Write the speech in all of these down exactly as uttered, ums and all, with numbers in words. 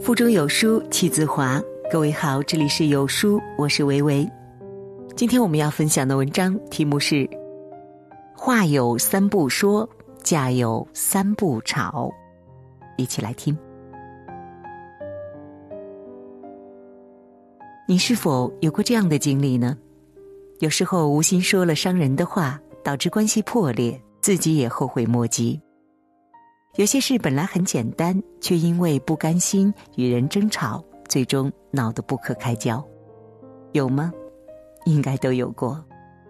腹中有书气自华。各位好，这里是有书，我是维维。今天我们要分享的文章题目是话有三不说，架有三不吵。一起来听。你是否有过这样的经历呢？有时候无心说了伤人的话，导致关系破裂，自己也后悔莫及。有些事本来很简单，却因为不甘心与人争吵，最终闹得不可开交。有吗？应该都有过。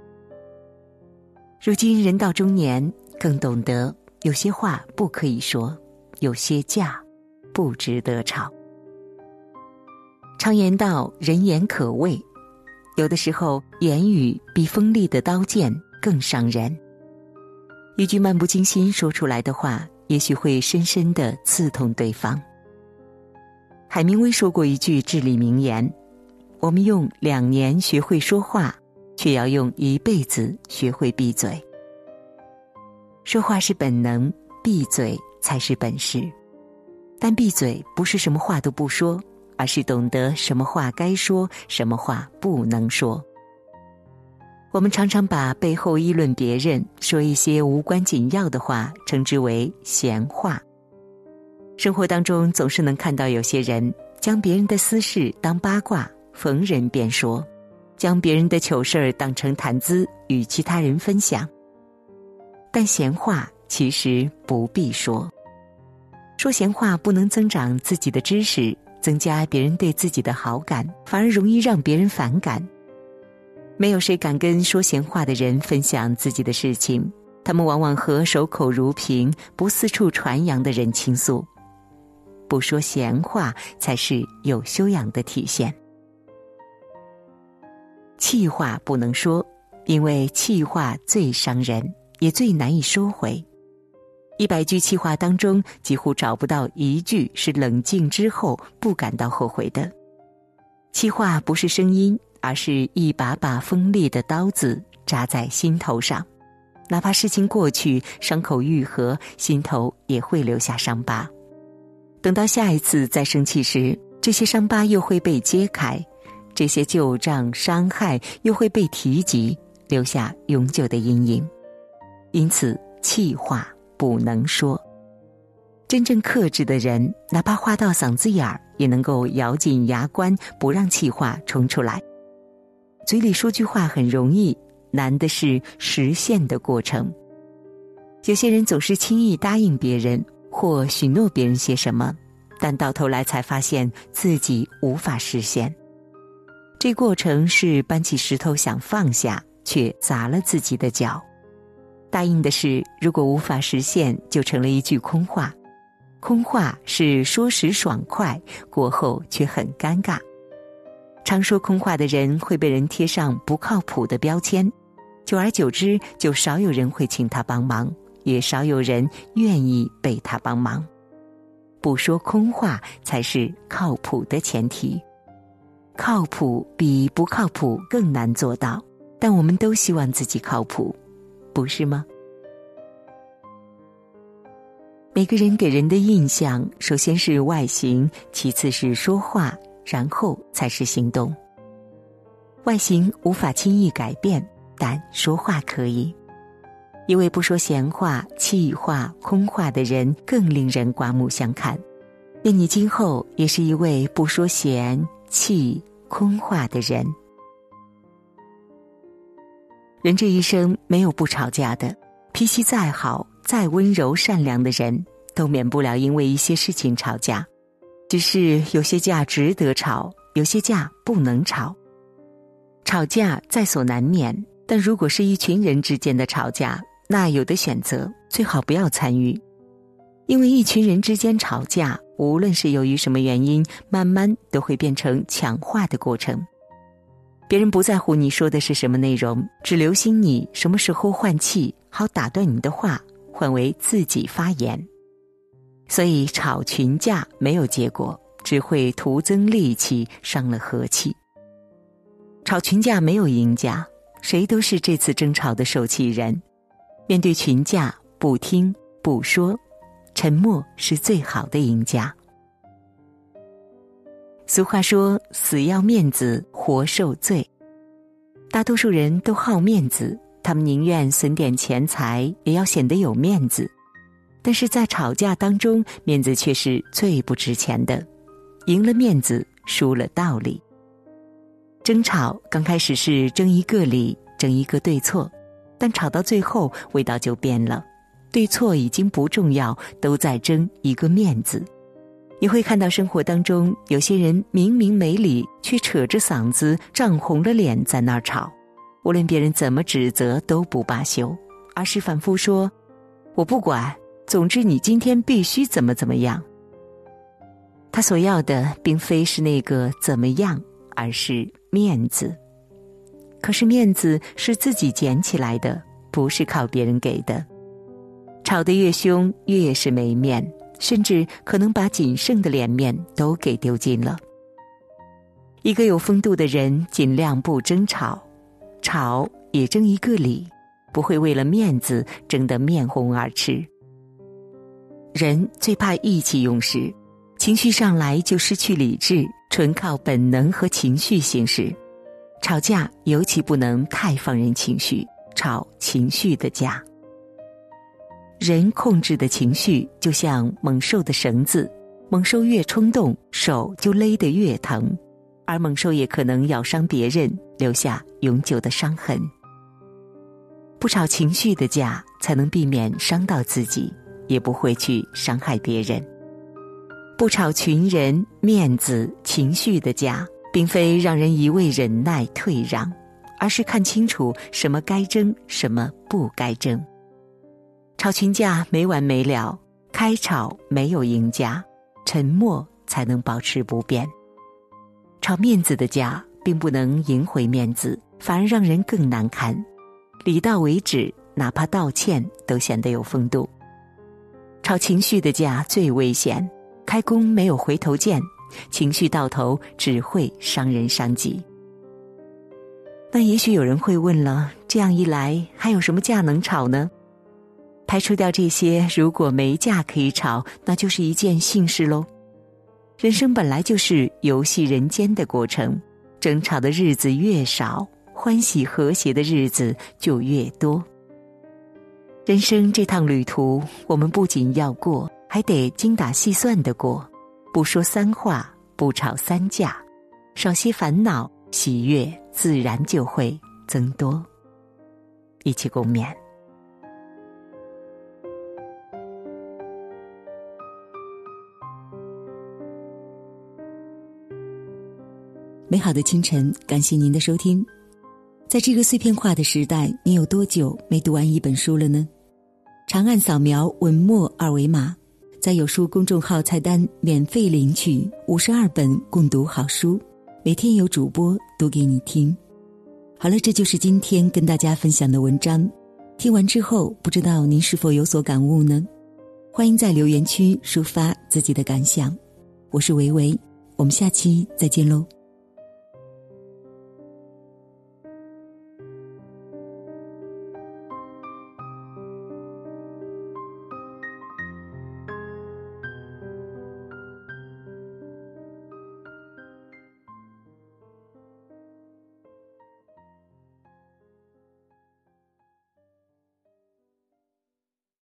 如今人到中年，更懂得有些话不可以说，有些架不值得吵。常言道，人言可畏，有的时候言语比锋利的刀剑更伤人。一句漫不经心说出来的话，也许会深深地刺痛对方。海明威说过一句至理名言：我们用两年学会说话，却要用一辈子学会闭嘴。说话是本能，闭嘴才是本事。但闭嘴不是什么话都不说，而是懂得什么话该说，什么话不能说。我们常常把背后议论别人，说一些无关紧要的话，称之为闲话。生活当中总是能看到有些人将别人的私事当八卦，逢人便说，将别人的糗事儿当成谈资与其他人分享。但闲话其实不必说，说闲话不能增长自己的知识，增加别人对自己的好感，反而容易让别人反感。没有谁敢跟说闲话的人分享自己的事情，他们往往和守口如瓶、不四处传扬的人倾诉。不说闲话才是有修养的体现。气话不能说，因为气话最伤人，也最难以收回。一百句气话当中，几乎找不到一句是冷静之后不感到后悔的。气话不是声音，而是一把把锋利的刀子扎在心头上，哪怕事情过去，伤口愈合，心头也会留下伤疤。等到下一次再生气时，这些伤疤又会被揭开，这些旧账伤害又会被提及，留下永久的阴影。因此，气话不能说。真正克制的人，哪怕话到嗓子眼儿，也能够咬紧牙关，不让气话冲出来。嘴里说句话很容易，难的是实现的过程。有些人总是轻易答应别人或许诺别人些什么，但到头来才发现自己无法实现。这过程是搬起石头想放下，却砸了自己的脚。答应的事如果无法实现，就成了一句空话。空话是说时爽快，过后却很尴尬。常说空话的人会被人贴上不靠谱的标签，久而久之，就少有人会请他帮忙，也少有人愿意被他帮忙。不说空话才是靠谱的前提。靠谱比不靠谱更难做到，但我们都希望自己靠谱，不是吗？每个人给人的印象，首先是外形，其次是说话，然后才是行动。外形无法轻易改变，但说话可以。一位不说闲话、气话、空话的人，更令人刮目相看。愿你今后也是一位不说闲、气、空话的人。人这一生没有不吵架的，脾气再好、再温柔善良的人，都免不了因为一些事情吵架。只是有些架值得吵，有些架不能吵。吵架在所难免，但如果是一群人之间的吵架，那有的选择最好不要参与。因为一群人之间吵架，无论是由于什么原因，慢慢都会变成抢话的过程。别人不在乎你说的是什么内容，只留心你什么时候换气，好打断你的话，换为自己发言。所以吵群架没有结果，只会徒增戾气，伤了和气。吵群架没有赢家，谁都是这次争吵的受气人。面对群架，不听不说，沉默是最好的赢家。 俗话说，死要面子，活受罪。大多数人都好面子，他们宁愿损点钱财，也要显得有面子。但是在吵架当中，面子却是最不值钱的，赢了面子，输了道理。争吵刚开始是争一个理，争一个对错，但吵到最后，味道就变了，对错已经不重要，都在争一个面子。你会看到生活当中，有些人明明没理，却扯着嗓子，涨红了脸在那儿吵，无论别人怎么指责都不罢休，而是反复说，我不管，总之你今天必须怎么怎么样。他所要的并非是那个怎么样，而是面子。可是面子是自己捡起来的，不是靠别人给的。吵得越凶，越是没面，甚至可能把仅剩的脸面都给丢尽了。一个有风度的人，尽量不争吵，吵也争一个理，不会为了面子争得面红耳赤。人最怕意气用事，情绪上来就失去理智，纯靠本能和情绪行事。吵架尤其不能太放任情绪，吵情绪的架。人控制的情绪就像猛兽的绳子，猛兽越冲动，手就勒得越疼，而猛兽也可能咬伤别人，留下永久的伤痕。不吵情绪的架，才能避免伤到自己，也不会去伤害别人。不吵群人、面子、情绪的架，并非让人一味忍耐退让，而是看清楚什么该争，什么不该争。吵群架没完没了，开吵没有赢家，沉默才能保持不变。吵面子的架并不能赢回面子，反而让人更难堪。理到为止，哪怕道歉都显得有风度。吵情绪的架最危险，开弓没有回头箭，情绪到头只会伤人伤己。那也许有人会问了，这样一来还有什么架能吵呢？排除掉这些，如果没架可以吵，那就是一件幸事咯。人生本来就是游戏人间的过程，争吵的日子越少，欢喜和谐的日子就越多。人生这趟旅途，我们不仅要过，还得精打细算的过，不说三话，不吵三架，少些烦恼，喜悦自然就会增多。一起共勉。美好的清晨，感谢您的收听。在这个碎片化的时代，你有多久没读完一本书了呢？长按扫描文末二维码，在有书公众号菜单免费领取五十二本共读好书，每天有主播读给你听。好了，这就是今天跟大家分享的文章。听完之后，不知道您是否有所感悟呢？欢迎在留言区抒发自己的感想。我是维维，我们下期再见喽。